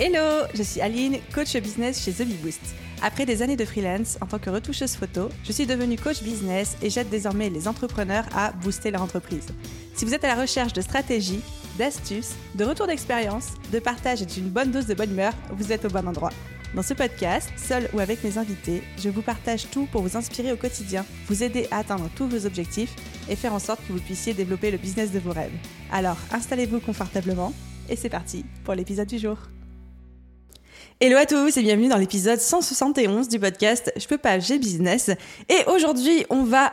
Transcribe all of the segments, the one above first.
Hello, je suis Aline, coach business chez The Bee Boost. Après des années de freelance en tant que retoucheuse photo, je suis devenue coach business et j'aide désormais les entrepreneurs à booster leur entreprise. Si vous êtes à la recherche de stratégies, d'astuces, de retours d'expérience, de partage et d'une bonne dose de bonne humeur, vous êtes au bon endroit. Dans ce podcast, seul ou avec mes invités, je vous partage tout pour vous inspirer au quotidien, vous aider à atteindre tous vos objectifs et faire en sorte que vous puissiez développer le business de vos rêves. Alors, installez-vous confortablement et c'est parti pour l'épisode du jour. Hello à tous et bienvenue dans l'épisode 171 du podcast Je peux pas, j'ai business. Et aujourd'hui, on va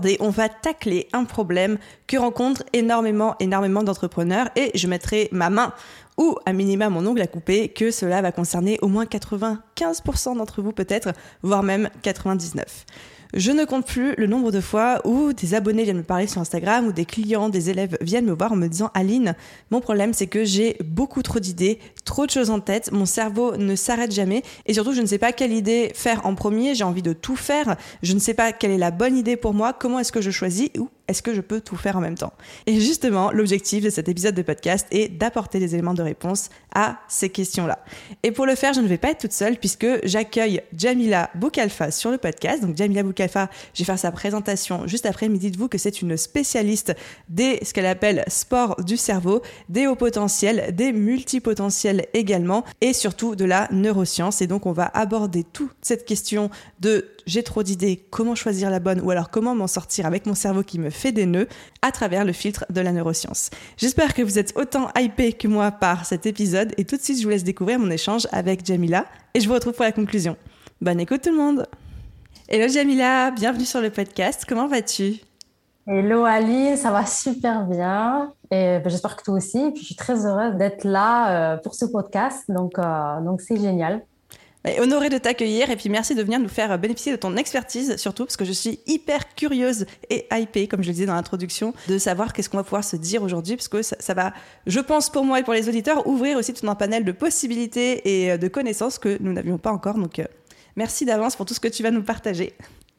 tacler un problème que rencontrent énormément d'entrepreneurs et je mettrai ma main ou à minima mon ongle à couper que cela va concerner au moins 95% d'entre vous peut-être, voire même 99%. Je ne compte plus le nombre de fois où des abonnés viennent me parler sur Instagram ou des clients, des élèves viennent me voir en me disant « Aline, mon problème c'est que j'ai beaucoup trop d'idées, trop de choses en tête, mon cerveau ne s'arrête jamais et surtout je ne sais pas quelle idée faire en premier, j'ai envie de tout faire, je ne sais pas quelle est la bonne idée pour moi, comment est-ce que je choisis ou est-ce que je peux tout faire en même temps ?» Et justement, l'objectif de cet épisode de podcast est d'apporter des éléments de réponse à ces questions-là. Et pour le faire, je ne vais pas être toute seule puisque j'accueille Jamila Boukalfa sur le podcast. Donc Jamila Boukalfa, je vais faire sa présentation juste après, mais dites-vous que c'est une spécialiste ce qu'elle appelle sport du cerveau, des hauts potentiels, des multipotentiels également, et surtout de la neuroscience. Et donc on va aborder toute cette question de j'ai trop d'idées, comment choisir la bonne, ou alors comment m'en sortir avec mon cerveau qui me fait des nœuds à travers le filtre de la neuroscience. J'espère que vous êtes autant hypés que moi par cet épisode et tout de suite je vous laisse découvrir mon échange avec Jamila et je vous retrouve pour la conclusion. Bonne écoute tout le monde. Hello Jamila, bienvenue sur le podcast, comment vas-tu? Hello Aline, ça va super bien et j'espère que toi aussi. Et puis je suis très heureuse d'être là pour ce podcast, donc c'est génial. Honorée de t'accueillir et puis merci de venir nous faire bénéficier de ton expertise surtout parce que je suis hyper curieuse et hypée, comme je le disais dans l'introduction, de savoir qu'est-ce qu'on va pouvoir se dire aujourd'hui parce que ça va, je pense pour moi et pour les auditeurs, ouvrir aussi tout un panel de possibilités et de connaissances que nous n'avions pas encore. Donc merci d'avance pour tout ce que tu vas nous partager.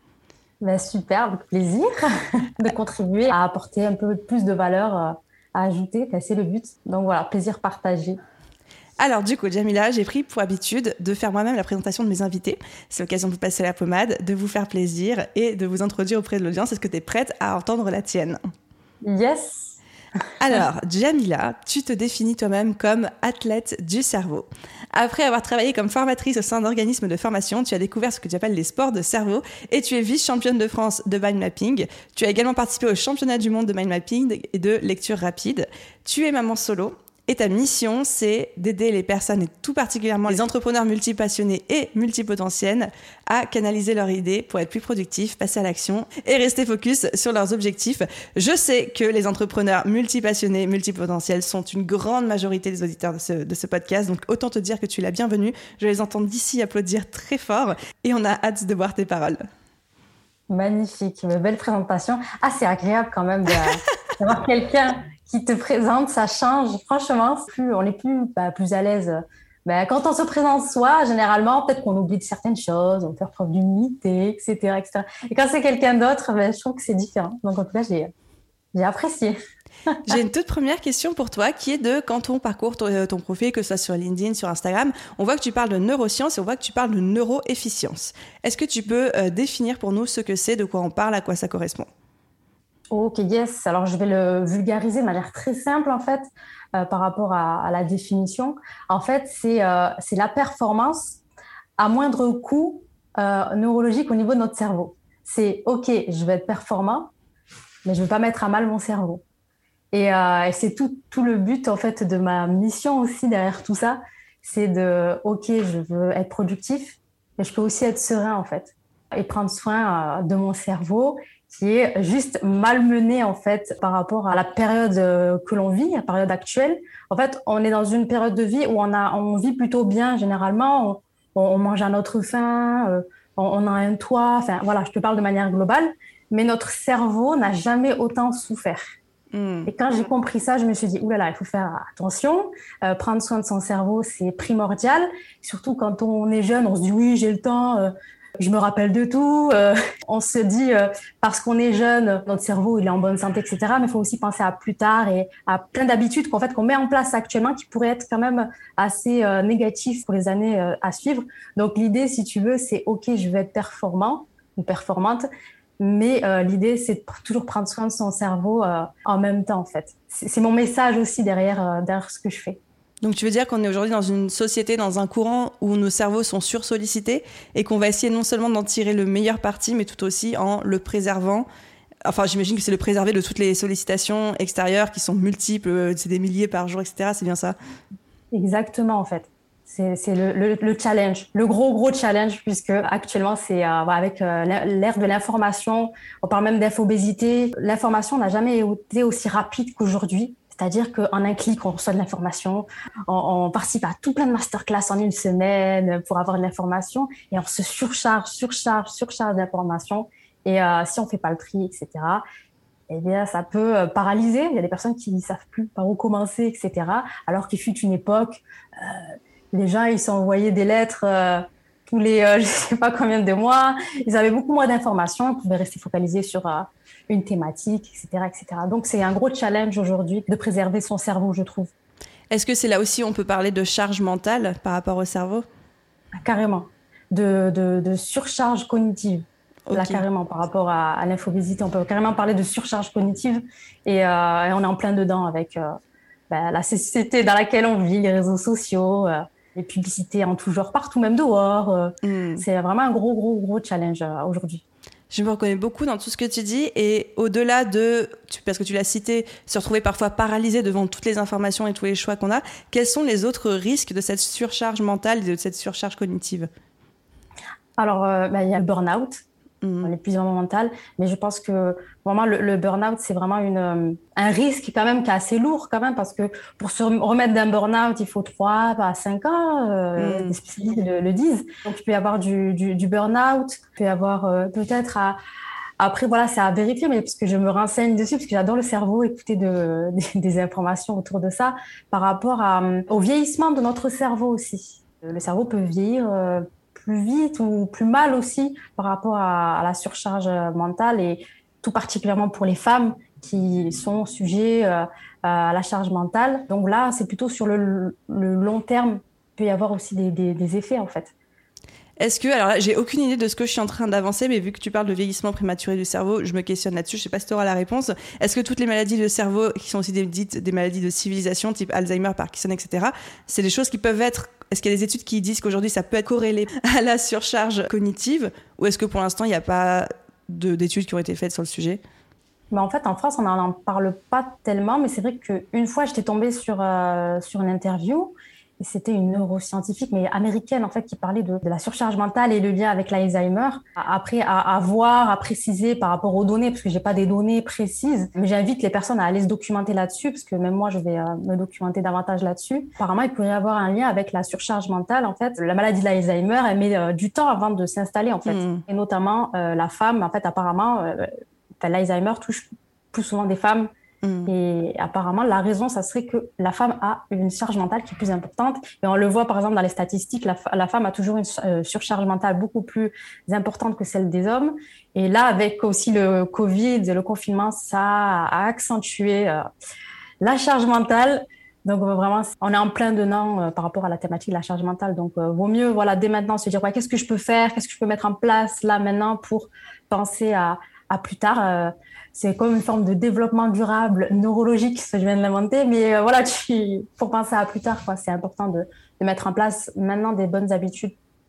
Super, avec plaisir de contribuer à apporter un peu plus de valeur à ajouter, c'est le but. Donc voilà, plaisir partagé. Alors du coup, Jamila, j'ai pris pour habitude de faire moi-même la présentation de mes invités. C'est l'occasion de vous passer la pommade, de vous faire plaisir et de vous introduire auprès de l'audience. Est-ce que tu es prête à entendre la tienne? Yes. Alors, Jamila, tu te définis toi-même comme athlète du cerveau. Après avoir travaillé comme formatrice au sein d'organismes de formation, tu as découvert ce que tu appelles les sports de cerveau et tu es vice-championne de France de mind mapping. Tu as également participé au championnat du monde de mind mapping et de lecture rapide. Tu es maman solo. Et ta mission, c'est d'aider les personnes, et tout particulièrement les entrepreneurs multipassionnés et multipotentiels, à canaliser leurs idées pour être plus productifs, passer à l'action et rester focus sur leurs objectifs. Je sais que les entrepreneurs multipassionnés, multipotentiels sont une grande majorité des auditeurs de ce podcast, donc autant te dire que tu es la bienvenue. Je les entends d'ici applaudir très fort et on a hâte de voir tes paroles. Magnifique, une belle présentation. C'est agréable quand même d'avoir quelqu'un qui te présente, ça change. Franchement, on est plus à l'aise. Quand on se présente soi, généralement, peut-être qu'on oublie de certaines choses, on fait preuve d'humilité, etc., etc. Et quand c'est quelqu'un d'autre, je trouve que c'est différent. Donc, en tout cas, j'ai apprécié. J'ai une toute première question pour toi qui est de quand on parcourt ton profil, que ce soit sur LinkedIn, sur Instagram, on voit que tu parles de neurosciences et on voit que tu parles de neuroefficience. Est-ce que tu peux définir pour nous ce que c'est, de quoi on parle, à quoi ça correspond? Ok, yes. Alors, je vais le vulgariser de manière très simple, en fait, par rapport à la définition. En fait, c'est la performance à moindre coût neurologique au niveau de notre cerveau. C'est, ok, je vais être performant, mais je ne veux pas mettre à mal mon cerveau. Et c'est tout le but, en fait, de ma mission aussi derrière tout ça. C'est ok, je veux être productif, mais je peux aussi être serein, en fait, et prendre soin de mon cerveau qui est juste malmené en fait par rapport à la période que l'on vit, la période actuelle. En fait, on est dans une période de vie où on vit plutôt bien généralement, on mange à notre faim, on a un toit, enfin voilà, je te parle de manière globale, mais notre cerveau n'a jamais autant souffert. Et quand j'ai compris ça, je me suis dit, oulala, il faut faire attention, prendre soin de son cerveau, c'est primordial, surtout quand on est jeune, on se dit oui, j'ai le temps, je me rappelle de tout. On se dit, parce qu'on est jeune, notre cerveau, il est en bonne santé, etc. Mais il faut aussi penser à plus tard et à plein d'habitudes qu'on met en place actuellement qui pourraient être quand même assez négatives pour les années à suivre. Donc, l'idée, si tu veux, c'est OK, je vais être performant ou performante. Mais l'idée, c'est de toujours prendre soin de son cerveau en même temps, en fait. C'est mon message aussi derrière ce que je fais. Donc tu veux dire qu'on est aujourd'hui dans une société, dans un courant où nos cerveaux sont sursollicités et qu'on va essayer non seulement d'en tirer le meilleur parti, mais tout aussi en le préservant. Enfin, j'imagine que c'est le préserver de toutes les sollicitations extérieures qui sont multiples, c'est des milliers par jour, etc. C'est bien ça? Exactement, en fait. C'est le challenge, le gros challenge, puisque actuellement, c'est avec l'ère de l'information, on parle même d'infobésité. L'information n'a jamais été aussi rapide qu'aujourd'hui. C'est-à-dire qu'en un clic, on reçoit de l'information, on participe à tout plein de masterclass en une semaine pour avoir de l'information et on se surcharge d'informations. Et si on ne fait pas le tri, etc., eh bien, ça peut paralyser. Il y a des personnes qui ne savent plus par où commencer, etc. Alors qu'il fut une époque, les gens, ils s'envoyaient des lettres tous les, je ne sais pas combien de mois. Ils avaient beaucoup moins d'informations. Ils pouvaient rester focalisés sur une thématique, etc., etc. Donc, c'est un gros challenge aujourd'hui de préserver son cerveau, je trouve. Est-ce que c'est là aussi on peut parler de charge mentale par rapport au cerveau? Carrément. De surcharge cognitive. Okay. Là, carrément, par rapport à l'infobésité, on peut carrément parler de surcharge cognitive et on est en plein dedans avec la société dans laquelle on vit, les réseaux sociaux, les publicités en tout genre, partout, même dehors. C'est vraiment un gros challenge aujourd'hui. Je me reconnais beaucoup dans tout ce que tu dis et au-delà parce que tu l'as cité, se retrouver parfois paralysé devant toutes les informations et tous les choix qu'on a, quels sont les autres risques de cette surcharge mentale et de cette surcharge cognitive? Alors, il y a le burn-out, l'épuisement mental, mais je pense que vraiment le burn-out, c'est vraiment un risque quand même qui est assez lourd quand même, parce que pour se remettre d'un burn-out, il faut 3 à 5 ans, les spécialistes le disent. Donc, il peut y avoir du burn-out, il peut y avoir peut-être Après, voilà, c'est à vérifier, mais parce que je me renseigne dessus, parce que j'adore le cerveau, écouter des informations autour de ça, par rapport au vieillissement de notre cerveau aussi. Le cerveau peut vieillir plus vite ou plus mal aussi par rapport à la surcharge mentale, et tout particulièrement pour les femmes qui sont sujets à la charge mentale. Donc là, c'est plutôt sur le long terme, il peut y avoir aussi des effets en fait. Est-ce que, alors là, j'ai aucune idée de ce que je suis en train d'avancer, mais vu que tu parles de vieillissement prématuré du cerveau, je me questionne là-dessus, je sais pas si tu auras la réponse. Est-ce que toutes les maladies de cerveau, qui sont aussi dites des maladies de civilisation, type Alzheimer, Parkinson, etc., c'est des choses qui peuvent être... Est-ce qu'il y a des études qui disent qu'aujourd'hui, ça peut être corrélé à la surcharge cognitive, ou est-ce que pour l'instant, il n'y a pas d'études qui ont été faites sur le sujet? En fait, en France, on n'en parle pas tellement, mais c'est vrai qu'une fois, j'étais tombée sur une interview. C'était une neuroscientifique, mais américaine, en fait, qui parlait de la surcharge mentale et le lien avec l'Alzheimer. Après, à voir, à préciser par rapport aux données, parce que j'ai pas des données précises. Mais j'invite les personnes à aller se documenter là-dessus, parce que même moi, je vais me documenter davantage là-dessus. Apparemment, il pourrait y avoir un lien avec la surcharge mentale. En fait, la maladie de l'Alzheimer, elle met du temps avant de s'installer, en fait. Et notamment, la femme, en fait, apparemment, l'Alzheimer touche plus souvent des femmes. Et apparemment, la raison, ça serait que la femme a une charge mentale qui est plus importante. Et on le voit, par exemple, dans les statistiques, la femme a toujours une surcharge mentale beaucoup plus importante que celle des hommes. Et là, avec aussi le Covid et le confinement, ça a accentué la charge mentale. Donc, vraiment, on est en plein dedans par rapport à la thématique de la charge mentale. Donc, vaut mieux, voilà, dès maintenant, se dire, qu'est-ce que je peux faire? Qu'est-ce que je peux mettre en place là, maintenant, pour penser à plus tard. C'est comme une forme de développement durable neurologique, ce que je viens de l'inventer, mais pour penser à plus tard, quoi. C'est important de mettre en place maintenant des bonnes habitudes.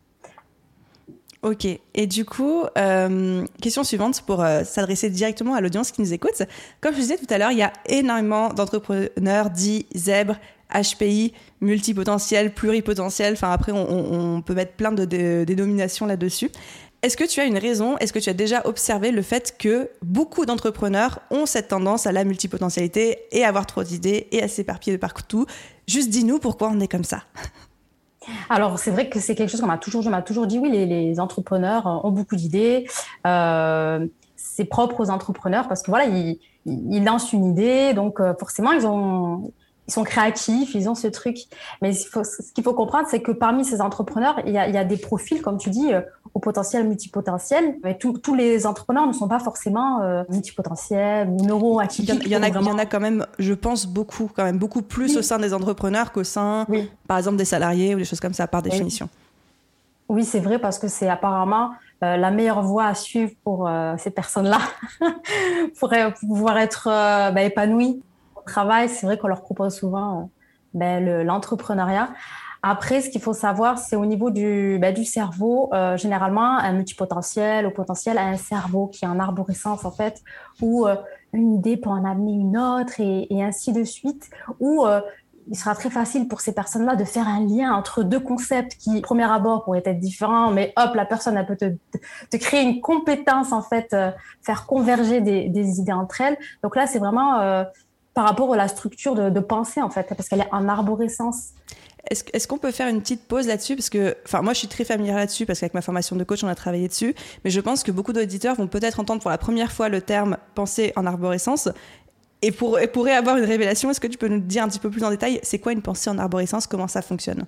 Ok, et du coup, question suivante pour s'adresser directement à l'audience qui nous écoute. Comme je disais tout à l'heure, il y a énormément d'entrepreneurs dits zèbres, HPI, multipotentiels, pluripotentiels, enfin après on peut mettre plein de dénominations là-dessus. Est-ce que tu as une raison, est-ce que tu as déjà observé le fait que beaucoup d'entrepreneurs ont cette tendance à la multipotentialité et à avoir trop d'idées et à s'éparpiller de partout? Juste dis-nous pourquoi on est comme ça. Alors, c'est vrai que c'est quelque chose qu'on m'a toujours dit, oui, les entrepreneurs ont beaucoup d'idées. C'est propre aux entrepreneurs parce que voilà, ils lancent une idée, donc forcément, ils ont ils sont créatifs, ils ont ce truc. Mais ce qu'il faut comprendre, c'est que parmi ces entrepreneurs, il y a des profils, comme tu dis, au potentiel, multipotentiel. Mais tous les entrepreneurs ne sont pas forcément multipotentiels ou neuroatypiques. Il y en a quand même, je pense, beaucoup plus au sein des entrepreneurs qu'au sein, par exemple, des salariés ou des choses comme ça, par définition. Oui, c'est vrai, parce que c'est apparemment la meilleure voie à suivre pour ces personnes-là, pour pouvoir être épanouies au travail. C'est vrai qu'on leur propose souvent l'entrepreneuriat. Après, ce qu'il faut savoir, c'est au niveau du cerveau. Généralement, un multipotentiel, au potentiel, a un cerveau qui est en arborescence, en fait, où une idée peut en amener une autre et ainsi de suite, où il sera très facile pour ces personnes-là de faire un lien entre deux concepts qui, au premier abord, pourraient être différents, mais hop, la personne, elle peut te créer une compétence, en fait, faire converger des idées entre elles. Donc là, c'est vraiment par rapport à la structure de pensée, en fait, parce qu'elle est en arborescence. Est-ce qu'on peut faire une petite pause là-dessus? Parce que, moi, je suis très familière là-dessus parce qu'avec ma formation de coach, on a travaillé dessus. Mais je pense que beaucoup d'auditeurs vont peut-être entendre pour la première fois le terme pensée en arborescence et pourraient avoir une révélation. Est-ce que tu peux nous dire un petit peu plus en détail, c'est quoi une pensée en arborescence? Comment ça fonctionne?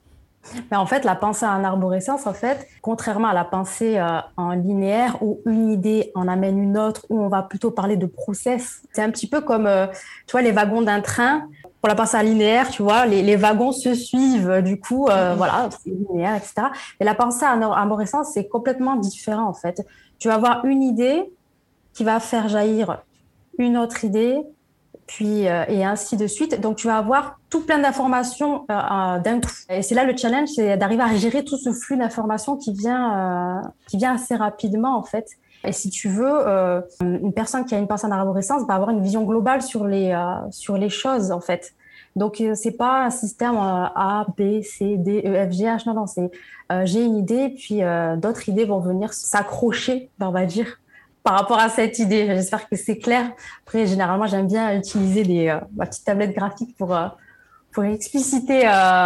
En fait, la pensée en arborescence, en fait, contrairement à la pensée en linéaire où une idée en amène une autre, où on va plutôt parler de process. C'est un petit peu comme, tu vois, les wagons d'un train. Pour la pensée en linéaire, tu vois, les wagons se suivent, du coup, voilà, c'est linéaire, etc. Et la pensée en arborescence, c'est complètement différent, en fait. Tu vas avoir une idée qui va faire jaillir une autre idée, puis et ainsi de suite. Donc, tu vas avoir tout plein d'informations d'un coup. Et c'est là le challenge, c'est d'arriver à gérer tout ce flux d'informations qui vient assez rapidement, en fait. Et si tu veux, une personne qui a une pensée en arborescence va avoir une vision globale sur les choses, en fait. Donc, c'est pas un système A, B, C, D, E, F, G, H. Non, c'est j'ai une idée, puis d'autres idées vont venir s'accrocher, on va dire, par rapport à cette idée. J'espère que c'est clair. Après, généralement, j'aime bien utiliser ma petite tablette graphique pour expliciter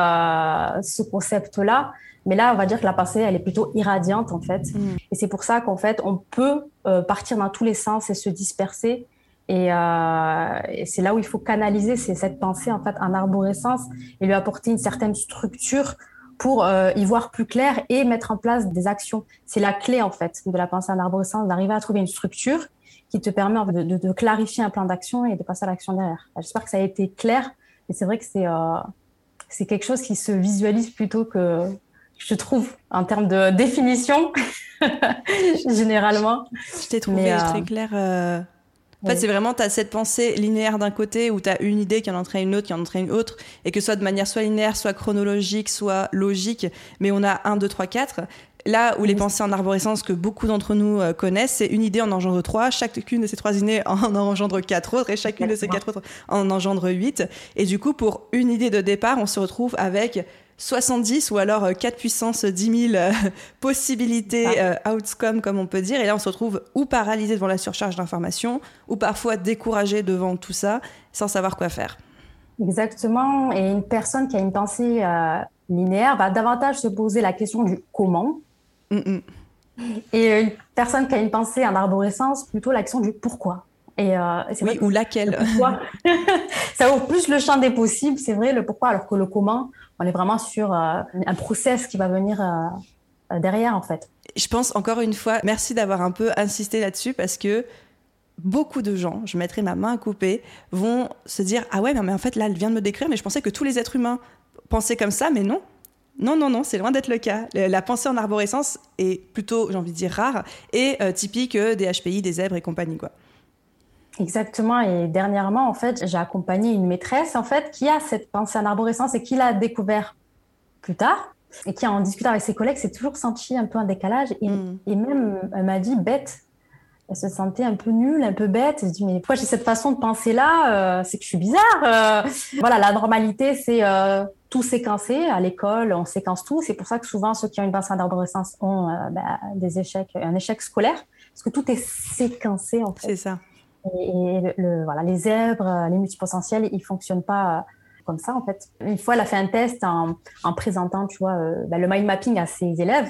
ce concept-là. Mais là, on va dire que la pensée, elle est plutôt irradiante, en fait. Et c'est pour ça qu'en fait, on peut partir dans tous les sens et se disperser. Et c'est là où il faut canaliser cette pensée, en fait, en arborescence et lui apporter une certaine structure pour y voir plus clair et mettre en place des actions. C'est la clé, en fait, de la pensée en arborescence, d'arriver à trouver une structure qui te permet de clarifier un plan d'action et de passer à l'action derrière. J'espère que ça a été clair, mais c'est vrai que c'est quelque chose qui se visualise plutôt que, je trouve, en termes de définition, généralement. Je t'ai trouvé très clair. En fait, c'est vraiment, tu as cette pensée linéaire d'un côté où tu as une idée qui en entraîne une autre, qui en entraîne une autre, et que ce soit de manière soit linéaire, soit chronologique, soit logique, mais on a 1, 2, 3, 4. Là où les pensées en arborescence que beaucoup d'entre nous connaissent, c'est une idée en engendre 3, chacune de ces 3 idées en engendre 4 autres, et chacune de ces 4 autres en engendre 8. Et du coup, pour une idée de départ, on se retrouve avec 70 ou alors 4 puissance 10 000 possibilités outcomes, comme on peut dire. Et là, on se retrouve ou paralysé devant la surcharge d'informations, ou parfois découragé devant tout ça, sans savoir quoi faire. Exactement. Et une personne qui a une pensée linéaire va davantage se poser la question du comment. Et une personne qui a une pensée en arborescence, plutôt la question du pourquoi. Et c'est vrai ou laquelle. Ça ouvre plus le champ des possibles, c'est vrai, le pourquoi, alors que le comment, on est vraiment sur un process qui va venir derrière, en fait. Je pense, encore une fois, merci d'avoir un peu insisté là-dessus, parce que beaucoup de gens, je mettrai ma main à couper, vont se dire « Ah ouais, mais en fait, là, elle vient de me décrire, mais je pensais que tous les êtres humains pensaient comme ça, mais non. Non, c'est loin d'être le cas. La pensée en arborescence est plutôt, j'ai envie de dire, rare et typique des HPI, des zèbres et compagnie, quoi. » Exactement. Et dernièrement, en fait, j'ai accompagné une maîtresse, en fait, qui a cette pensée en arborescence et qui l'a découvert plus tard et qui, en discutant avec ses collègues, s'est toujours senti un peu un décalage. Et même, elle m'a dit bête. Elle se sentait un peu nulle, un peu bête. Elle se dit, mais pourquoi j'ai cette façon de penser là? C'est que je suis bizarre. Voilà, la normalité, c'est tout séquencer. À l'école, on séquence tout. C'est pour ça que souvent, ceux qui ont une pensée en arborescence ont des échecs, un échec scolaire. Parce que tout est séquencé, en fait. C'est ça. Et voilà, les zèbres, les multipotentiels, ils fonctionnent pas comme ça, en fait. Une fois, elle a fait un test en présentant, tu vois, le mind mapping à ses élèves.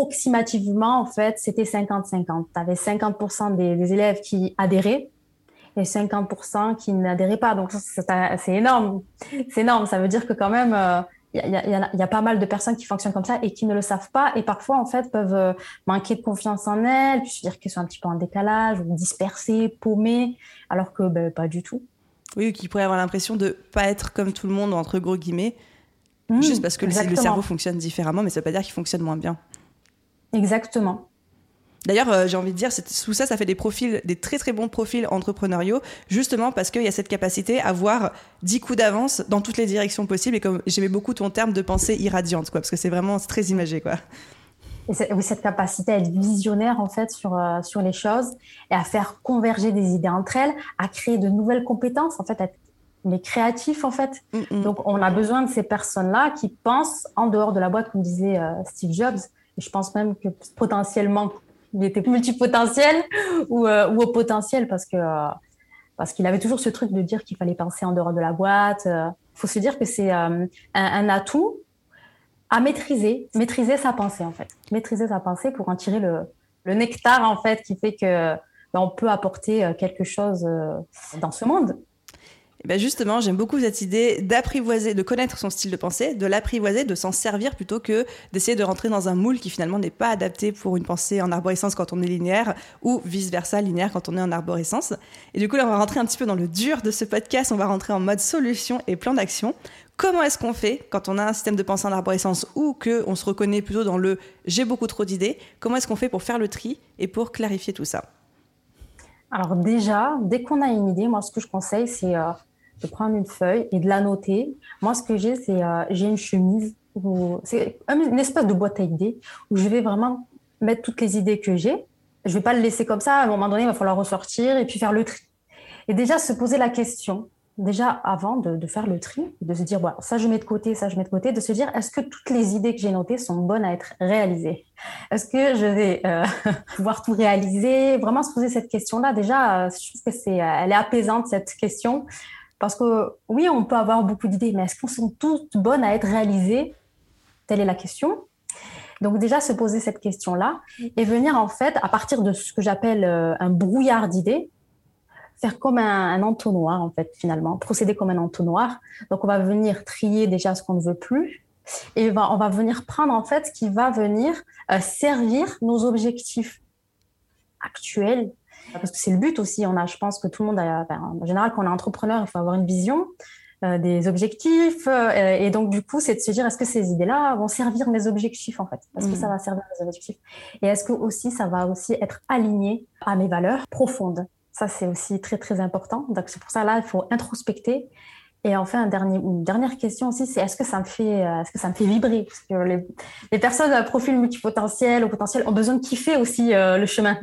Approximativement, en fait, c'était 50-50. Tu avais 50% des élèves qui adhéraient et 50% qui n'adhéraient pas. Donc, c'est énorme. C'est énorme. Ça veut dire que quand même, il y a pas mal de personnes qui fonctionnent comme ça et qui ne le savent pas et parfois, en fait, peuvent manquer de confiance en elles, puis se dire qu'elles sont un petit peu en décalage ou dispersées, paumées, alors que pas du tout. Oui, qui pourrait avoir l'impression de pas être comme tout le monde, entre gros guillemets, juste parce que le cerveau fonctionne différemment, mais ça veut pas dire qu'il fonctionne moins bien. Exactement. D'ailleurs, j'ai envie de dire, tout ça, ça fait des très très bons profils entrepreneuriaux, justement parce qu'il y a cette capacité à voir 10 coups d'avance dans toutes les directions possibles. Et comme j'aimais beaucoup ton terme de pensée irradiante, quoi, parce que c'est très imagé, quoi. Et oui, cette capacité à être visionnaire en fait sur les choses et à faire converger des idées entre elles, à créer de nouvelles compétences, en fait, à être mais créatifs en fait. Donc, on a besoin de ces personnes-là qui pensent en dehors de la boîte, comme disait Steve Jobs. Et je pense même que potentiellement, il était multipotentiel ou au potentiel parce qu'il avait toujours ce truc de dire qu'il fallait penser en dehors de la boîte. Faut se dire que c'est un atout à maîtriser sa pensée en fait. Maîtriser sa pensée pour en tirer le nectar en fait qui fait que on peut apporter quelque chose dans ce monde. Et ben justement, j'aime beaucoup cette idée d'apprivoiser, de connaître son style de pensée, de l'apprivoiser, de s'en servir plutôt que d'essayer de rentrer dans un moule qui finalement n'est pas adapté pour une pensée en arborescence quand on est linéaire ou vice-versa, linéaire quand on est en arborescence. Et du coup, là, on va rentrer un petit peu dans le dur de ce podcast, on va rentrer en mode solution et plan d'action. Comment est-ce qu'on fait quand on a un système de pensée en arborescence ou qu'on se reconnaît plutôt dans le « j'ai beaucoup trop d'idées », comment est-ce qu'on fait pour faire le tri et pour clarifier tout ça? Alors déjà, dès qu'on a une idée, moi, ce que je conseille, c'est de prendre une feuille et de la noter. Moi, ce que j'ai, c'est j'ai une chemise, c'est une espèce de boîte à idées où je vais vraiment mettre toutes les idées que j'ai. Je ne vais pas le laisser comme ça. À un moment donné, il va falloir ressortir et puis faire le tri. Et déjà, se poser la question, déjà avant de faire le tri, de se dire, bon, ça je mets de côté, ça je mets de côté, de se dire, est-ce que toutes les idées que j'ai notées sont bonnes à être réalisées? Est-ce que je vais pouvoir tout réaliser? Vraiment se poser cette question-là, déjà, je trouve que elle est apaisante, cette question. Parce que oui, on peut avoir beaucoup d'idées, mais est-ce qu'elles sont toutes bonnes à être réalisées? Telle est la question. Donc déjà, se poser cette question-là et venir en fait, à partir de ce que j'appelle un brouillard d'idées, faire comme un entonnoir en fait, finalement, procéder comme un entonnoir. Donc on va venir trier déjà ce qu'on ne veut plus et on va venir prendre en fait ce qui va venir servir nos objectifs actuels. Parce que c'est le but aussi. Je pense que tout le monde en général, quand on est entrepreneur, il faut avoir une vision, des objectifs. Et donc, du coup, c'est de se dire, est-ce que ces idées-là vont servir mes objectifs, en fait? Est-ce que ça va servir mes objectifs? Et est-ce que aussi, ça va aussi être aligné à mes valeurs profondes? Ça, c'est aussi très, très important. Donc, c'est pour ça, là, il faut introspecter. Et enfin, une dernière question aussi, c'est est-ce que ça me fait vibrer? Parce que les personnes à profil multipotentiel ou potentiel ont besoin de kiffer aussi le chemin.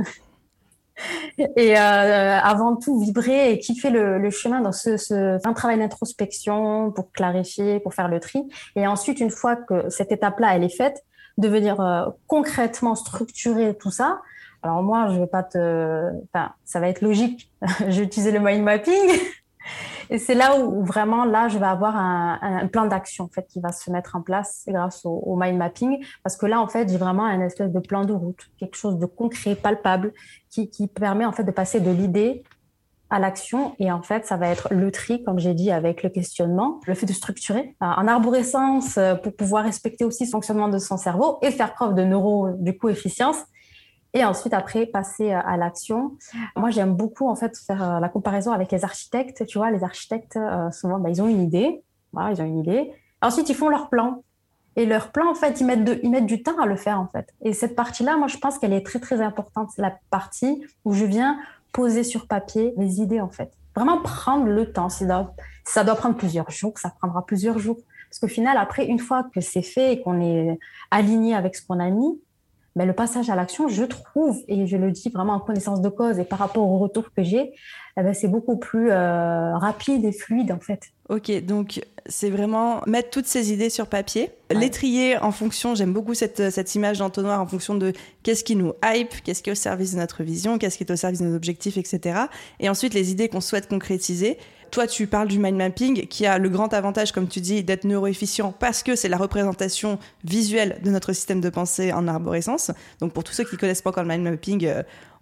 Et avant tout, vibrer et kiffer le chemin dans un travail d'introspection pour clarifier, pour faire le tri. Et ensuite, une fois que cette étape-là, elle est faite, de venir concrètement structurer tout ça. Alors moi, je vais pas ça va être logique. Je vais utiliser le mind mapping. Et c'est là où vraiment, là, je vais avoir un plan d'action en fait, qui va se mettre en place grâce au mind mapping. Parce que là, en fait, j'ai vraiment un espèce de plan de route, quelque chose de concret, palpable, qui permet en fait de passer de l'idée à l'action. Et en fait, ça va être le tri, comme j'ai dit, avec le questionnement, le fait de structurer en arborescence pour pouvoir respecter aussi le fonctionnement de son cerveau et faire preuve de efficience. Et ensuite, après, passer à l'action. Moi, j'aime beaucoup, en fait, faire la comparaison avec les architectes. Tu vois, les architectes, souvent, ils ont une idée. Voilà, ils ont une idée. Ensuite, ils font leur plan. Et leur plan, en fait, ils mettent du temps à le faire, en fait. Et cette partie-là, moi, je pense qu'elle est très, très importante. C'est la partie où je viens poser sur papier les idées, en fait. Vraiment prendre le temps. Si ça doit prendre plusieurs jours, ça prendra plusieurs jours. Parce qu'au final, après, une fois que c'est fait et qu'on est aligné avec ce qu'on a mis, le passage à l'action, je trouve, et je le dis vraiment en connaissance de cause et par rapport au retour que j'ai, c'est beaucoup plus rapide et fluide en fait. Ok, donc c'est vraiment mettre toutes ces idées sur papier, les trier en fonction, j'aime beaucoup cette image d'entonnoir en fonction de qu'est-ce qui nous hype, qu'est-ce qui est au service de notre vision, qu'est-ce qui est au service de nos objectifs, etc. Et ensuite les idées qu'on souhaite concrétiser. Toi, tu parles du mind mapping qui a le grand avantage, comme tu dis, d'être neuroefficient parce que c'est la représentation visuelle de notre système de pensée en arborescence. Donc, pour tous ceux qui ne connaissent pas encore le mind mapping,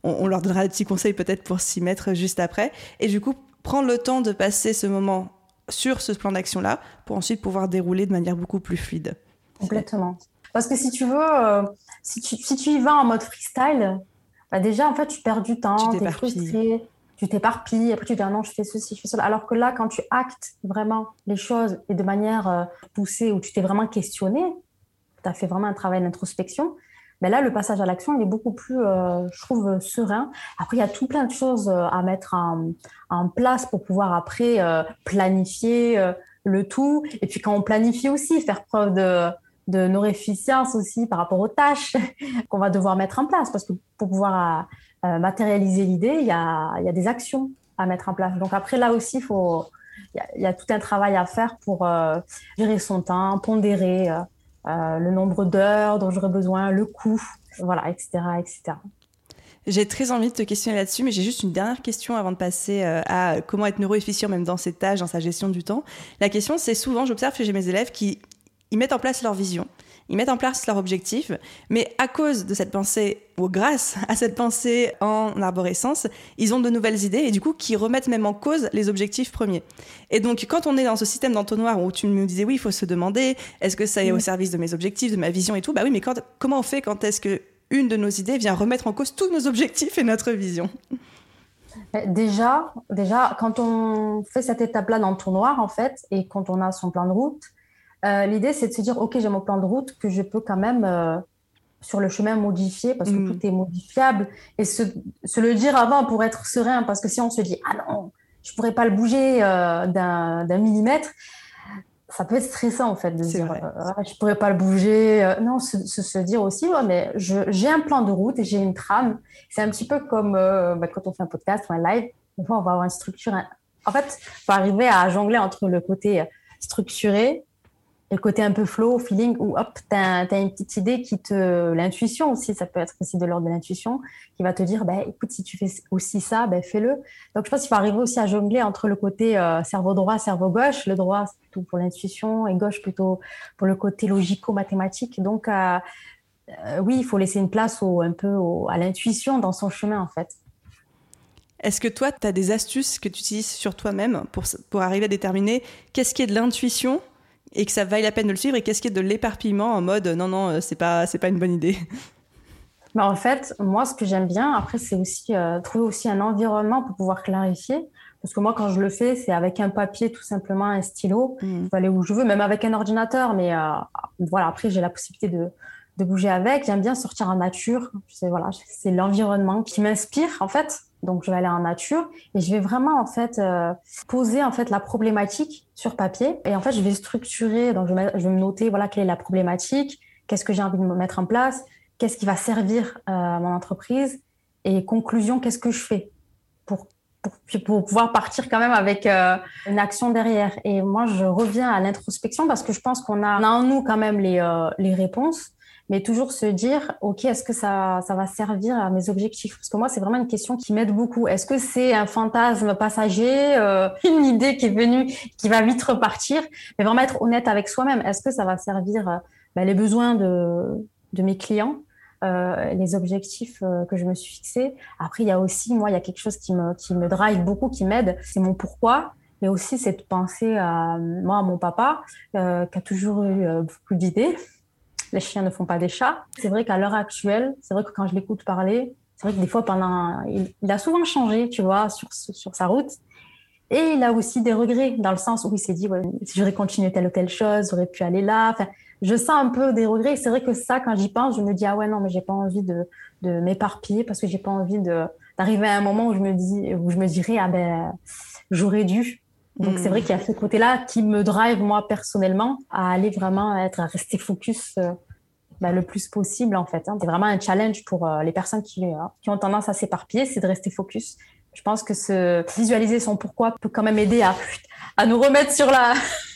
on leur donnera des petits conseils peut-être pour s'y mettre juste après. Et du coup, prendre le temps de passer ce moment sur ce plan d'action-là pour ensuite pouvoir dérouler de manière beaucoup plus fluide. Complètement. Parce que si tu veux, si tu y vas en mode freestyle, bah déjà, en fait, tu perds du temps, tu es frustré, tu t'éparpilles, après tu dis, ah non, je fais ceci, je fais cela. Alors que là, quand tu actes vraiment les choses et de manière poussée, où tu t'es vraiment questionné, tu as fait vraiment un travail d'introspection, ben là, le passage à l'action, il est beaucoup plus, je trouve, serein. Après, il y a tout plein de choses à mettre en place pour pouvoir après planifier le tout. Et puis quand on planifie aussi, faire preuve de nos efficience aussi par rapport aux tâches qu'on va devoir mettre en place. Parce que pour pouvoir matérialiser l'idée, il y a des actions à mettre en place. Donc après, là aussi, il y a tout un travail à faire pour gérer son temps, pondérer le nombre d'heures dont j'aurais besoin, le coût, voilà, etc., etc. J'ai très envie de te questionner là-dessus, mais j'ai juste une dernière question avant de passer à comment être neuroefficient même dans ses tâches, dans sa gestion du temps. La question, c'est souvent, j'observe chez mes élèves qui ils mettent en place leur vision, ils mettent en place leur objectif, mais à cause de cette pensée, ou grâce à cette pensée en arborescence, ils ont de nouvelles idées et du coup qui remettent même en cause les objectifs premiers. Et donc quand on est dans ce système d'entonnoir où tu me disais oui, il faut se demander, est-ce que ça est au service de mes objectifs, de ma vision et tout, bah oui, mais comment on fait quand est-ce que une de nos idées vient remettre en cause tous nos objectifs et notre vision? Déjà, quand on fait cette étape-là dans le tournoir, en fait, et quand on a son plan de route, l'idée, c'est de se dire, OK, j'ai mon plan de route que je peux quand même, sur le chemin, modifier parce que tout est modifiable. Et se le dire avant pour être serein, parce que si on se dit, ah non, je ne pourrais pas le bouger d'un millimètre, ça peut être stressant, en fait, de se dire, je ne pourrais pas le bouger. Non, se dire aussi, ouais, mais j'ai un plan de route et j'ai une trame. C'est un petit peu comme quand on fait un podcast ou un live, des fois, on va avoir une structure. En fait, il faut arriver à jongler entre le côté structuré, le côté un peu flow, feeling, où hop, t'as une petite idée l'intuition aussi, ça peut être aussi de l'ordre de l'intuition, qui va te dire, bah, écoute, si tu fais aussi ça, bah, fais-le. Donc, je pense qu'il faut arriver aussi à jongler entre le côté cerveau droit, cerveau gauche. Le droit, c'est plutôt pour l'intuition, et gauche plutôt pour le côté logico-mathématique. Donc, oui, il faut laisser une place à l'intuition dans son chemin, en fait. Est-ce que toi, tu as des astuces que tu utilises sur toi-même pour arriver à déterminer qu'est-ce qui est de l'intuition et que ça vaille la peine de le suivre, et qu'est-ce qui est de l'éparpillement en mode non, c'est pas une bonne idée? Bah en fait, moi, ce que j'aime bien, après, c'est aussi trouver aussi un environnement pour pouvoir clarifier. Parce que moi, quand je le fais, c'est avec un papier, tout simplement, un stylo. Je peux aller où je veux, même avec un ordinateur. Mais voilà, après, j'ai la possibilité de bouger avec. J'aime bien sortir en nature. Voilà, c'est l'environnement qui m'inspire, en fait. Donc, je vais aller en nature et je vais vraiment, en fait, poser, en fait, la problématique sur papier. Et en fait, je vais structurer. Donc, je vais me noter, voilà, quelle est la problématique, qu'est-ce que j'ai envie de me mettre en place, qu'est-ce qui va servir à mon entreprise, et conclusion, qu'est-ce que je fais pour pouvoir partir quand même avec une action derrière. Et moi, je reviens à l'introspection parce que je pense qu'on a en nous quand même les réponses, mais toujours se dire, OK, est-ce que ça va servir à mes objectifs? Parce que moi, c'est vraiment une question qui m'aide beaucoup. Est-ce que c'est un fantasme passager, une idée qui est venue, qui va vite repartir? Mais vraiment être honnête avec soi-même. Est-ce que ça va servir les besoins de mes clients, les objectifs que je me suis fixés? Après, il y a aussi, moi, il y a quelque chose qui me drive beaucoup, qui m'aide. C'est mon pourquoi. Mais aussi, c'est de penser à mon papa, qui a toujours eu beaucoup d'idées. Les chiens ne font pas des chats. C'est vrai qu'à l'heure actuelle, c'est vrai que quand je l'écoute parler, c'est vrai que des fois, il a souvent changé, tu vois, sur sa route. Et il a aussi des regrets, dans le sens où il s'est dit, ouais, si j'aurais continué telle ou telle chose, j'aurais pu aller là. Enfin, je sens un peu des regrets. C'est vrai que ça, quand j'y pense, je me dis, ah ouais, non, mais j'ai pas envie de m'éparpiller, parce que j'ai pas envie d'arriver à un moment où je me dirais, ah ben, j'aurais dû. Donc, c'est vrai qu'il y a ce côté-là qui me drive, moi, personnellement, à aller vraiment à rester focus le plus possible, en fait. C'est vraiment un challenge pour les personnes qui ont tendance à s'éparpiller, c'est de rester focus. Je pense que visualiser son pourquoi peut quand même aider à nous remettre sur la,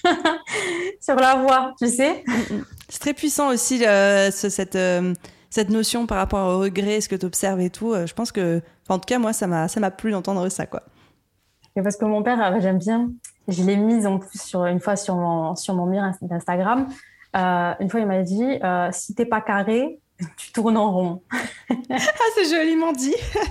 sur la voie, tu sais. C'est très puissant aussi, cette notion par rapport au regret, ce que tu observes et tout. Je pense que, en tout cas, moi, ça m'a plu d'entendre ça, quoi. Et parce que mon père, j'aime bien, je l'ai mise en plus une fois sur mon mur d'Instagram. Une fois, il m'a dit, si t'es pas carré, tu tournes en rond. Ah, c'est joliment dit.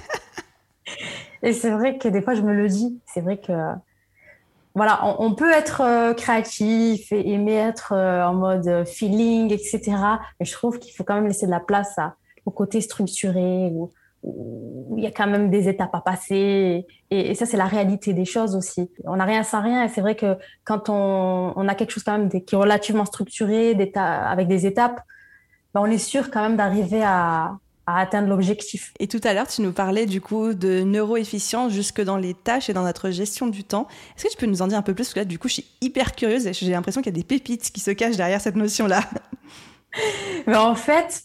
Et c'est vrai que des fois, je me le dis. C'est vrai que, voilà, on peut être créatif et aimer être en mode feeling, etc. Mais je trouve qu'il faut quand même laisser de la place au côté structuré, où il y a quand même des étapes à passer. Et ça, c'est la réalité des choses aussi. On n'a rien sans rien. Et c'est vrai que quand on a quelque chose quand même qui est relativement structuré, avec des étapes, ben, on est sûr quand même d'arriver à atteindre l'objectif. Et tout à l'heure, tu nous parlais du coup de neuroefficience jusque dans les tâches et dans notre gestion du temps. Est-ce que tu peux nous en dire un peu plus? Parce que là, du coup, je suis hyper curieuse et j'ai l'impression qu'il y a des pépites qui se cachent derrière cette notion-là. Mais en fait,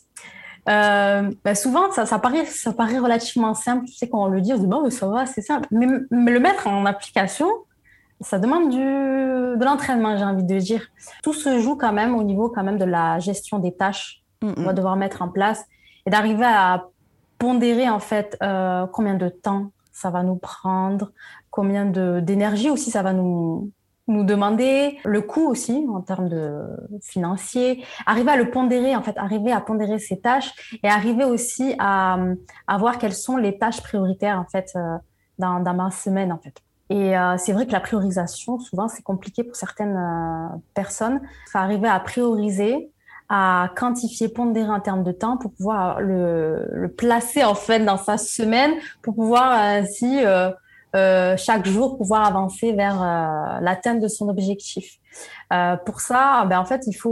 bah souvent, ça paraît relativement simple. Tu sais, quand on le dit, on se dit, bon, ça va, c'est simple. Mais le mettre en application, ça demande de l'entraînement, j'ai envie de dire. Tout se joue quand même au niveau quand même de la gestion des tâches qu'on va devoir mettre en place et d'arriver à pondérer en fait combien de temps ça va nous prendre, combien d'énergie aussi ça va nous demander, le coût aussi en termes de financier, arriver à le pondérer en fait, arriver à pondérer ces tâches et arriver aussi à voir quelles sont les tâches prioritaires en fait dans ma semaine en fait. Et c'est vrai que la priorisation, souvent, c'est compliqué pour certaines personnes. Il faut arriver à prioriser, à quantifier, pondérer en termes de temps pour pouvoir le placer en fait dans sa semaine, pour pouvoir ainsi chaque jour pouvoir avancer vers l'atteinte de son objectif. Pour ça, ben,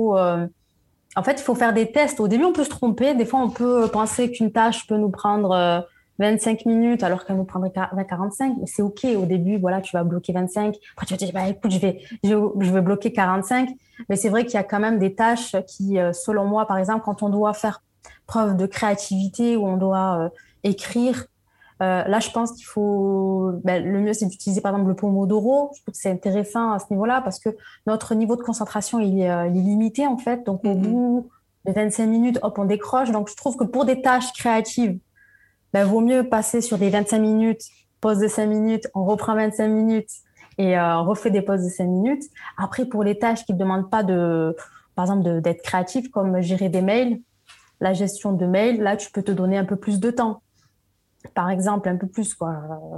en fait, il faut faire des tests. Au début, on peut se tromper. Des fois, on peut penser qu'une tâche peut nous prendre 25 minutes alors qu'elle nous prendrait 45. Mais c'est OK. Au début, voilà, tu vas bloquer 25. Après, tu vas te dire, bah, écoute, je vais bloquer 45. Mais c'est vrai qu'il y a quand même des tâches qui, selon moi, par exemple, quand on doit faire preuve de créativité ou on doit écrire, là, je pense qu'il faut, ben, le mieux, c'est d'utiliser par exemple le Pomodoro. Je trouve que c'est intéressant à ce niveau-là parce que notre niveau de concentration, il est limité en fait. Donc, au bout de 25 minutes, hop, on décroche. Donc, je trouve que pour des tâches créatives, ben, vaut mieux passer sur des 25 minutes, pause de 5 minutes, on reprend 25 minutes et on refait des pauses de 5 minutes. Après, pour les tâches qui ne demandent pas par exemple, d'être créatif, comme gérer des mails, la gestion de mails, là, tu peux te donner un peu plus de temps. Par exemple, un peu plus, quoi,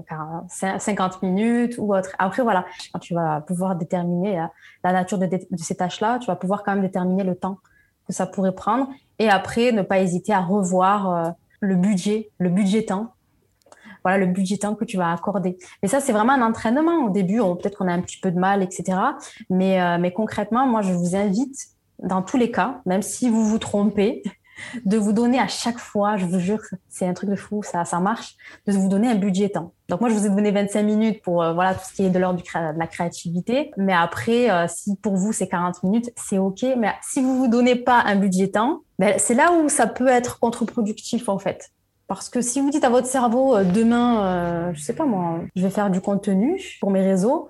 50 minutes ou autre. Après, voilà, quand tu vas pouvoir déterminer la nature de ces tâches-là, tu vas pouvoir quand même déterminer le temps que ça pourrait prendre. Et après, ne pas hésiter à revoir le budget temps. Voilà, le budget temps que tu vas accorder. Mais ça, c'est vraiment un entraînement. Au début, peut-être qu'on a un petit peu de mal, etc. Mais concrètement, moi, je vous invite, dans tous les cas, même si vous vous trompez, de vous donner à chaque fois, je vous jure, c'est un truc de fou, ça marche, de vous donner un budget temps. Donc moi, je vous ai donné 25 minutes pour voilà tout ce qui est de l'ordre de la créativité. Mais après, si pour vous, c'est 40 minutes, c'est OK. Mais si vous vous donnez pas un budget temps, ben, c'est là où ça peut être contre-productif en fait. Parce que si vous dites à votre cerveau, demain, je sais pas moi, je vais faire du contenu pour mes réseaux,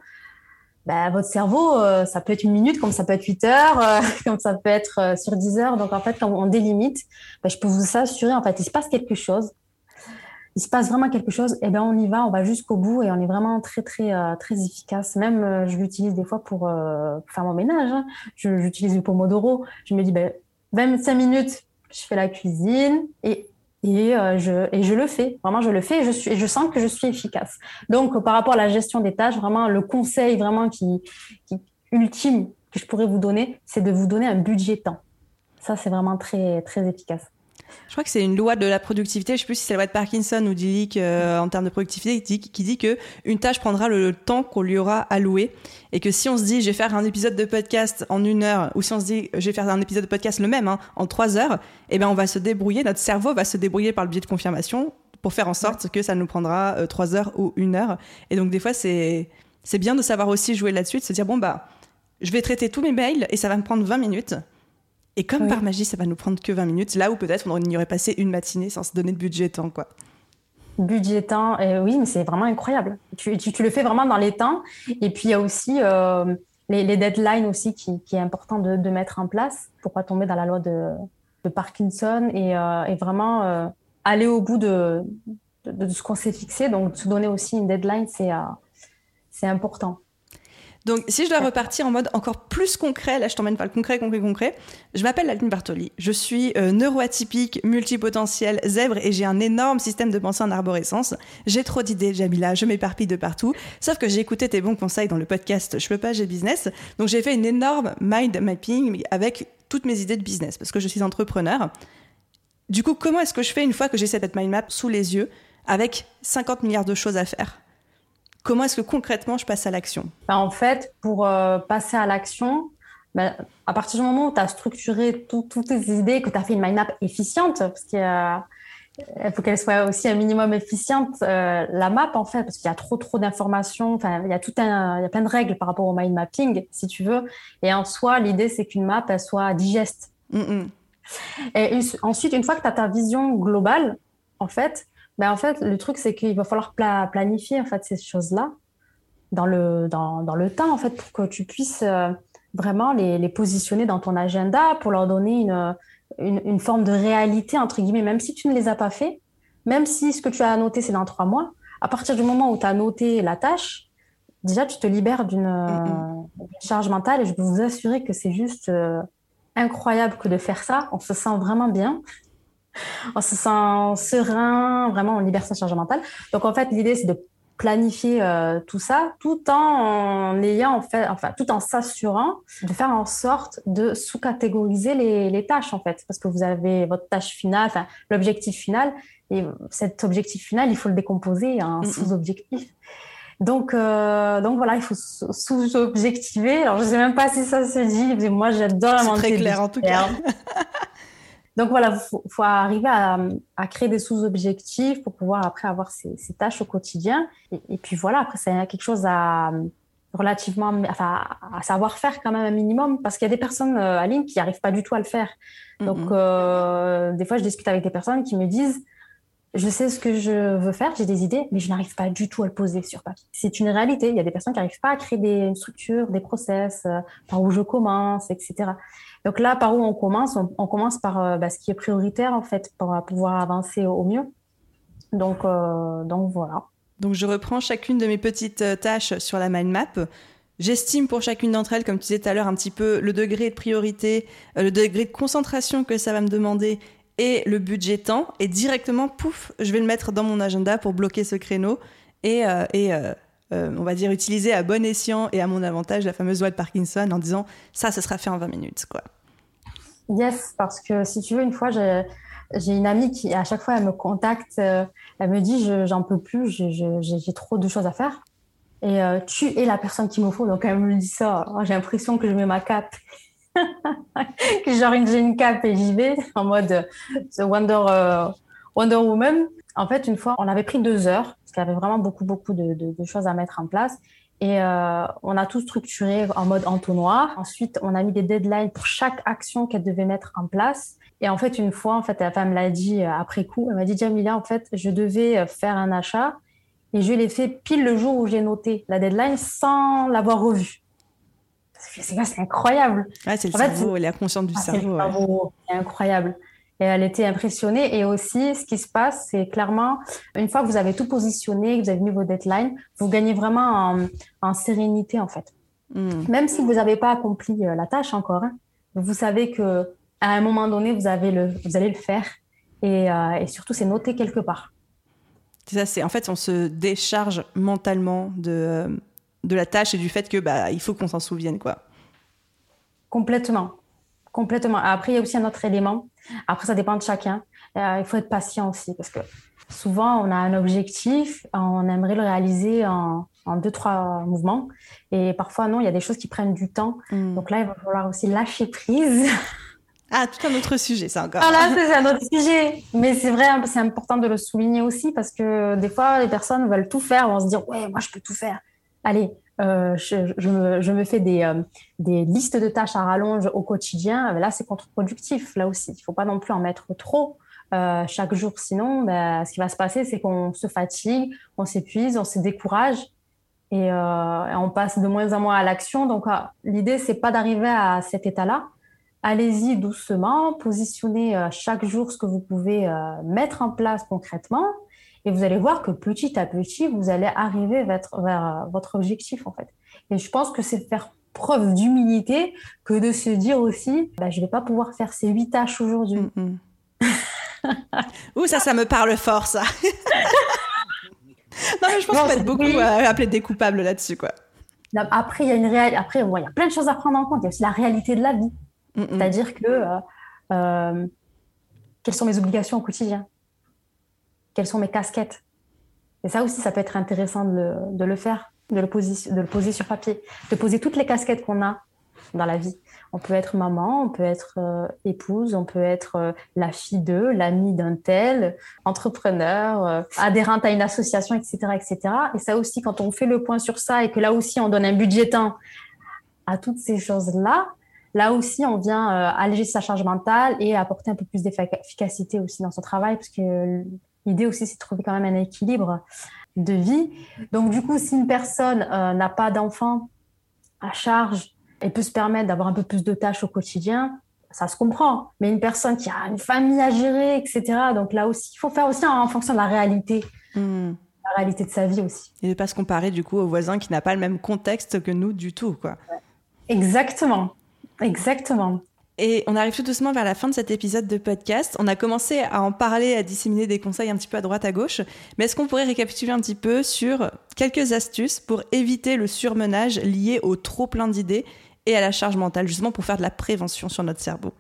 bah, votre cerveau, ça peut être 1 minute, comme ça peut être 8 heures, comme ça peut être sur 10 heures. Donc, en fait, quand on délimite, bah, je peux vous assurer, en fait, il se passe quelque chose. Il se passe vraiment quelque chose, et ben on y va, on va jusqu'au bout et on est vraiment très, très, très efficace. Même, je l'utilise des fois pour faire mon ménage. Hein. J'utilise le Pomodoro. Je me dis, ben, 25 minutes, je fais la cuisine et je le fais. Vraiment, je le fais et je sens que je suis efficace. Donc, par rapport à la gestion des tâches, vraiment, le conseil vraiment qui ultime que je pourrais vous donner, c'est de vous donner un budget temps. Ça, c'est vraiment très, très efficace. Je crois que c'est une loi de la productivité, je ne sais plus si c'est la loi de Parkinson ou Dilic en termes de productivité, qui dit qu'une tâche prendra le temps qu'on lui aura alloué et que si on se dit je vais faire un épisode de podcast en 1 heure ou si on se dit je vais faire un épisode de podcast le même en 3 heures, eh ben on va se débrouiller, notre cerveau va se débrouiller par le biais de confirmation pour faire en sorte que ça nous prendra 3 heures ou 1 heure. Et donc des fois c'est bien de savoir aussi jouer là-dessus, de se dire bon bah je vais traiter tous mes mails et ça va me prendre 20 minutes. Et comme par magie, ça va nous prendre que 20 minutes, là où peut-être on y aurait passé une matinée sans se donner de budget temps, quoi. Budget temps, oui, mais c'est vraiment incroyable. Tu le fais vraiment dans les temps. Et puis, il y a aussi les deadlines aussi qui est important de mettre en place pour pas tomber dans la loi de Parkinson et vraiment aller au bout de ce qu'on s'est fixé. Donc, se donner aussi une deadline, c'est important. Donc, si je dois repartir en mode encore plus concret, là, je t'emmène pas le concret. Je m'appelle Aline Bartoli. Je suis neuroatypique, multipotentiel, zèbre et j'ai un énorme système de pensée en arborescence. J'ai trop d'idées, Jamila, je m'éparpille de partout. Sauf que j'ai écouté tes bons conseils dans le podcast Je peux pas, j'ai business. Donc, j'ai fait une énorme mind mapping avec toutes mes idées de business parce que je suis entrepreneur. Du coup, comment est-ce que je fais une fois que j'ai cette mind map sous les yeux avec 50 milliards de choses à faire? Comment est-ce que concrètement je passe à l'action? En fait, pour passer à l'action, à partir du moment où tu as structuré toutes tes idées, que tu as fait une mind map efficiente, parce qu'il faut qu'elle soit aussi un minimum efficiente, la map en fait, parce qu'il y a trop d'informations, enfin, il y a plein de règles par rapport au mind mapping, si tu veux. Et en soi, l'idée, c'est qu'une map, elle soit digeste. Et ensuite, une fois que tu as ta vision globale, en fait, le truc, c'est qu'il va falloir planifier en fait, ces choses-là dans le temps, en fait, pour que tu puisses vraiment les positionner dans ton agenda, pour leur donner une forme de réalité, entre guillemets, même si tu ne les as pas fait, même si ce que tu as noté, c'est dans 3 mois, à partir du moment où tu as noté la tâche, déjà, tu te libères d'une charge mentale et je peux vous assurer que c'est juste incroyable que de faire ça. On se sent vraiment bien. On se sent serein, vraiment, on libère sa charge mentale. Donc, en fait, l'idée, c'est de planifier tout ça tout en ayant, tout en s'assurant de faire en sorte de sous-catégoriser les tâches, en fait. Parce que vous avez votre tâche finale, l'objectif final. Et cet objectif final, il faut le décomposer en sous-objectifs. Donc voilà, il faut sous-objectiver. Alors, je ne sais même pas si ça se dit, mais moi, j'adore inventer. C'est très clair, en tout cas. Donc voilà, faut arriver à créer des sous-objectifs pour pouvoir après avoir ces tâches au quotidien. Et puis voilà, après, c'est quelque chose à savoir faire quand même un minimum, parce qu'il y a des personnes, Aline, qui n'arrivent pas du tout à le faire. Donc, des fois, je discute avec des personnes qui me disent « Je sais ce que je veux faire, j'ai des idées, mais je n'arrive pas du tout à le poser sur papier. » C'est une réalité. Il y a des personnes qui n'arrivent pas à créer des structures, des process, par où je commence, etc. Donc là, par où on commence? On commence par ce qui est prioritaire, en fait, pour pouvoir avancer au mieux. Donc voilà. Donc, je reprends chacune de mes petites tâches sur la mind map. J'estime pour chacune d'entre elles, comme tu disais tout à l'heure, un petit peu le degré de priorité, le degré de concentration que ça va me demander et le budget temps. Et directement, pouf, je vais le mettre dans mon agenda pour bloquer ce créneau et on va dire, utiliser à bon escient et à mon avantage la fameuse loi de Parkinson en disant « ça, ce sera fait en 20 minutes ». Quoi. Yes, parce que si tu veux, une fois, j'ai une amie qui, à chaque fois, elle me contacte, elle me dit « j'en peux plus, j'ai trop de choses à faire ». Et tu es la personne qu'il me faut. Donc, elle me dit ça. J'ai l'impression que je mets ma cape. Que genre, j'ai une cape et j'y vais en mode Wonder Woman. En fait, une fois, on avait pris 2 heures parce qu'il y avait vraiment beaucoup de choses à mettre en place. Et on a tout structuré en mode entonnoir. Ensuite, on a mis des deadlines pour chaque action qu'elle devait mettre en place. Et en fait, une fois, elle me l'a dit après coup. Elle m'a dit, Jamila, en fait, je devais faire un achat et je l'ai fait pile le jour où j'ai noté la deadline sans l'avoir revue. C'est incroyable. Ouais, c'est le cerveau, elle est consciente du cerveau. C'est incroyable. Et elle était impressionnée. Et aussi, ce qui se passe, c'est clairement, une fois que vous avez tout positionné, que vous avez mis vos deadlines, vous gagnez vraiment en sérénité, en fait. Même si vous n'avez pas accompli la tâche encore, hein, vous savez qu'à un moment donné, vous allez le faire. Et surtout, c'est noté quelque part. C'est ça, en fait, on se décharge mentalement de la tâche et du fait que il faut qu'on s'en souvienne, quoi. Complètement. Après, il y a aussi un autre élément. Après, ça dépend de chacun. Il faut être patient aussi parce que souvent, on a un objectif, on aimerait le réaliser en 2-3 mouvements. Et parfois, non, il y a des choses qui prennent du temps. Donc là, il va falloir aussi lâcher prise. Ah, tout un autre sujet, ça encore. Voilà, c'est un autre sujet. Mais c'est vrai, c'est important de le souligner aussi parce que des fois, les personnes veulent tout faire, vont se dire « Ouais, moi, je peux tout faire. Allez, je me fais des listes de tâches à rallonge au quotidien. » Là, c'est contre-productif, là aussi. Il ne faut pas non plus en mettre trop chaque jour. Sinon, ce qui va se passer, c'est qu'on se fatigue, on s'épuise, on se décourage et on passe de moins en moins à l'action. Donc, l'idée, ce n'est pas d'arriver à cet état-là. Allez-y doucement, positionnez chaque jour ce que vous pouvez mettre en place concrètement Et vous allez voir que petit à petit, vous allez arriver vers votre objectif, en fait. Et je pense que c'est faire preuve d'humilité que de se dire aussi, bah, je vais pas pouvoir faire ces 8 tâches aujourd'hui. Ouh, ça me parle fort, ça. Non, mais je pense qu'on va être beaucoup appelés des coupables là-dessus, quoi. Après, il y a Après, bon, il y a plein de choses à prendre en compte. Il y a aussi la réalité de la vie. C'est-à-dire que quelles sont mes obligations au quotidien? Quelles sont mes casquettes? Et ça aussi, ça peut être intéressant de le faire, de le poser sur papier, de poser toutes les casquettes qu'on a dans la vie. On peut être maman, on peut être épouse, on peut être la fille d'eux, l'amie d'un tel, entrepreneur, adhérente à une association, etc., etc. Et ça aussi, quand on fait le point sur ça et que là aussi, on donne un budget temps à toutes ces choses-là, là aussi, on vient alléger sa charge mentale et apporter un peu plus d'efficacité aussi dans son travail, parce que l'idée aussi, c'est de trouver quand même un équilibre de vie. Donc, du coup, si une personne n'a pas d'enfant à charge, elle peut se permettre d'avoir un peu plus de tâches au quotidien, ça se comprend. Mais une personne qui a une famille à gérer, etc., donc là aussi, il faut faire aussi en fonction de la réalité. La réalité de sa vie aussi. Et ne pas se comparer du coup au voisin qui n'a pas le même contexte que nous du tout, quoi. Exactement. Exactement. Et on arrive tout doucement vers la fin de cet épisode de podcast. On a commencé à en parler, à disséminer des conseils un petit peu à droite, à gauche. Mais est-ce qu'on pourrait récapituler un petit peu sur quelques astuces pour éviter le surmenage lié au trop plein d'idées et à la charge mentale, justement pour faire de la prévention sur notre cerveau?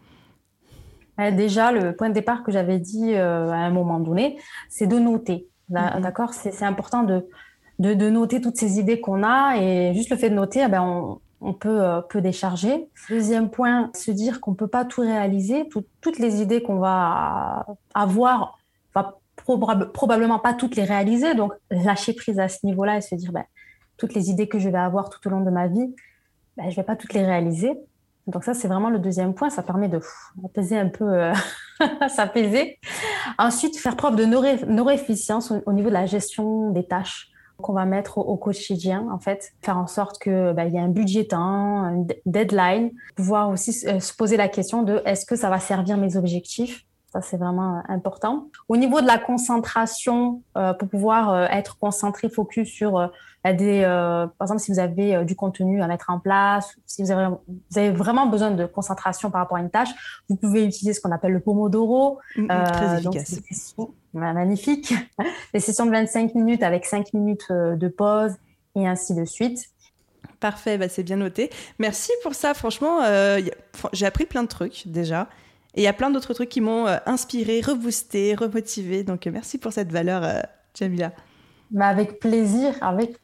Déjà, le point de départ que j'avais dit à un moment donné, c'est de noter. D'accord? C'est important de noter toutes ces idées qu'on a, et juste le fait de noter, on peut décharger. Deuxième point, se dire qu'on ne peut pas tout réaliser. Toutes les idées qu'on va avoir, on va probablement pas toutes les réaliser. Donc, lâcher prise à ce niveau-là et se dire, toutes les idées que je vais avoir tout au long de ma vie, je ne vais pas toutes les réaliser. Donc ça, c'est vraiment le deuxième point. Ça permet d'apaiser un peu, s'apaiser. Ensuite, faire preuve de neuroefficience au niveau de la gestion des tâches qu'on va mettre au quotidien, en fait. Faire en sorte que il y a un budget temps, un deadline. Pouvoir aussi se poser la question de est-ce que ça va servir mes objectifs? Ça, c'est vraiment important. Au niveau de la concentration, pour pouvoir être concentré, focus sur par exemple, si vous avez du contenu à mettre en place, si vous avez vraiment besoin de concentration par rapport à une tâche, vous pouvez utiliser ce qu'on appelle le Pomodoro. Très efficace. Donc, magnifique. Des sessions de 25 minutes avec 5 minutes de pause et ainsi de suite. Parfait, c'est bien noté. Merci pour ça. Franchement, j'ai appris plein de trucs déjà. Et il y a plein d'autres trucs qui m'ont inspiré, reboosté, remotivé. Donc, merci pour cette valeur, Jamila. Avec plaisir,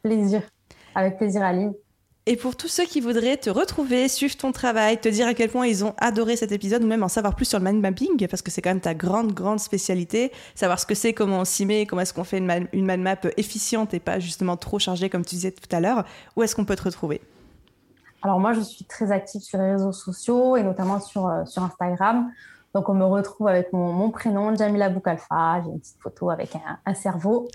Aline. Et pour tous ceux qui voudraient te retrouver, suivre ton travail, te dire à quel point ils ont adoré cet épisode, ou même en savoir plus sur le mind mapping, parce que c'est quand même ta grande spécialité, savoir ce que c'est, comment on s'y met, comment est-ce qu'on fait une mind map efficiente et pas justement trop chargée comme tu disais tout à l'heure, où est-ce qu'on peut te retrouver? Alors moi, je suis très active sur les réseaux sociaux et notamment sur Instagram. Donc, on me retrouve avec mon prénom, Jamila Boukalfa. J'ai une petite photo avec un cerveau.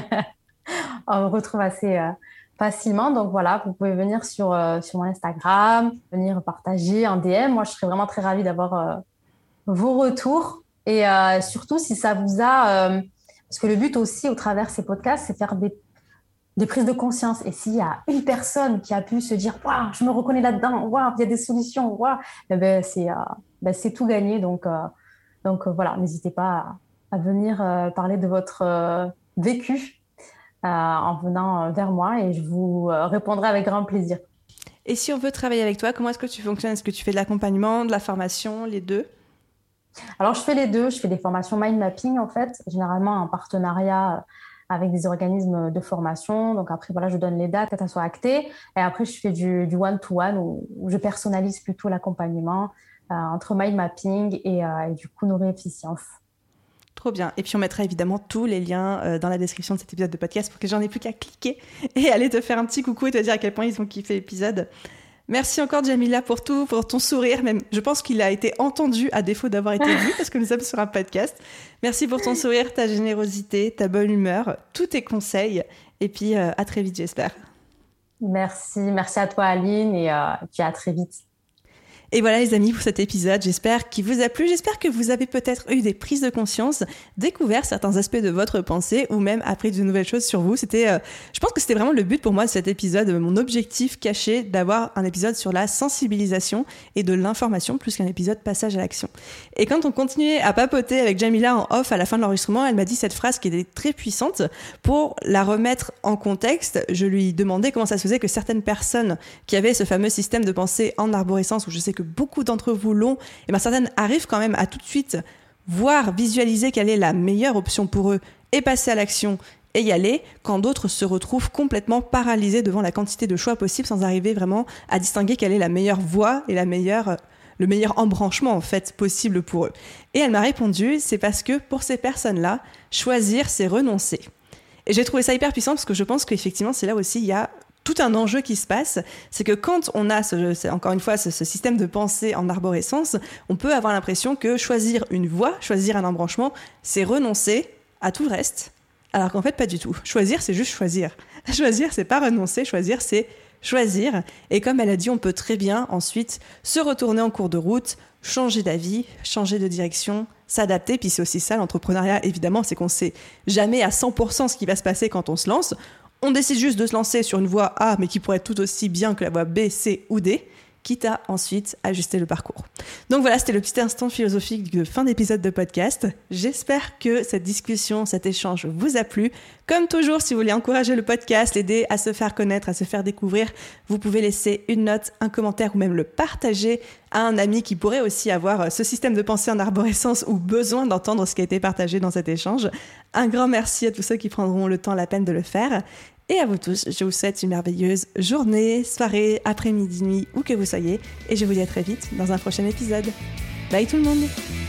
On me retrouve assez facilement. Donc, voilà, vous pouvez venir sur mon Instagram, venir partager en DM. Moi, je serais vraiment très ravie d'avoir vos retours. Et surtout, si ça vous a... parce que le but aussi, au travers de ces podcasts, c'est faire des prises de conscience. Et s'il y a une personne qui a pu se dire « Waouh, je me reconnais là-dedans. Waouh, il y a des solutions. Waouh », c'est tout gagné. Donc voilà, n'hésitez pas à venir parler de votre vécu en venant vers moi et je vous répondrai avec grand plaisir. Et si on veut travailler avec toi, comment est-ce que tu fonctionnes? Est-ce que tu fais de l'accompagnement, de la formation, les deux? Alors, je fais les deux. Je fais des formations mind mapping, en fait, généralement en partenariat avec des organismes de formation. Donc après, voilà, je donne les dates, que ça soit acté. Et après, je fais du one-to-one où je personnalise plutôt l'accompagnement entre mind mapping et du coup, neuroefficience. Trop bien. Et puis, on mettra évidemment tous les liens dans la description de cet épisode de podcast pour que j'en ai plus qu'à cliquer et aller te faire un petit coucou et te dire à quel point ils ont kiffé l'épisode. Merci encore, Jamila, pour tout, pour ton sourire. Même, je pense qu'il a été entendu à défaut d'avoir été vu parce que nous sommes sur un podcast. Merci pour ton sourire, ta générosité, ta bonne humeur, tous tes conseils. Et puis, à très vite, j'espère. Merci à toi, Aline, et puis à très vite. Et voilà les amis pour cet épisode, j'espère qu'il vous a plu, j'espère que vous avez peut-être eu des prises de conscience, découvert certains aspects de votre pensée ou même appris de nouvelles choses sur vous. Je pense que c'était vraiment le but pour moi de cet épisode, mon objectif caché d'avoir un épisode sur la sensibilisation et de l'information plus qu'un épisode passage à l'action. Et quand on continuait à papoter avec Jamila en off à la fin de l'enregistrement, elle m'a dit cette phrase qui était très puissante. Pour la remettre en contexte, je lui demandais comment ça se faisait que certaines personnes qui avaient ce fameux système de pensée en arborescence, où je sais que beaucoup d'entre vous l'ont, et certaines arrivent quand même à tout de suite voir, visualiser quelle est la meilleure option pour eux et passer à l'action et y aller, quand d'autres se retrouvent complètement paralysés devant la quantité de choix possibles sans arriver vraiment à distinguer quelle est la meilleure voie et le meilleur embranchement en fait possible pour eux. Et elle m'a répondu, c'est parce que pour ces personnes-là, choisir c'est renoncer. Et j'ai trouvé ça hyper puissant parce que je pense qu'effectivement c'est là aussi il y a tout un enjeu qui se passe, c'est que quand on a encore une fois ce système de pensée en arborescence, on peut avoir l'impression que choisir une voie, choisir un embranchement, c'est renoncer à tout le reste, alors qu'en fait pas du tout. Choisir, c'est juste choisir. Choisir, c'est pas renoncer, choisir, c'est choisir. Et comme elle a dit, on peut très bien ensuite se retourner en cours de route, changer d'avis, changer de direction, s'adapter. Puis c'est aussi ça l'entrepreneuriat, évidemment, c'est qu'on sait jamais à 100% ce qui va se passer quand on se lance. On décide juste de se lancer sur une voie A, mais qui pourrait être tout aussi bien que la voie B, C ou D, quitte à ensuite ajuster le parcours. Donc voilà, c'était le petit instant philosophique de fin d'épisode de podcast. J'espère que cette discussion, cet échange vous a plu. Comme toujours, si vous voulez encourager le podcast, l'aider à se faire connaître, à se faire découvrir, vous pouvez laisser une note, un commentaire ou même le partager à un ami qui pourrait aussi avoir ce système de pensée en arborescence ou besoin d'entendre ce qui a été partagé dans cet échange. Un grand merci à tous ceux qui prendront le temps, la peine de le faire. Et à vous tous, je vous souhaite une merveilleuse journée, soirée, après-midi, nuit, où que vous soyez. Et je vous dis à très vite dans un prochain épisode. Bye tout le monde!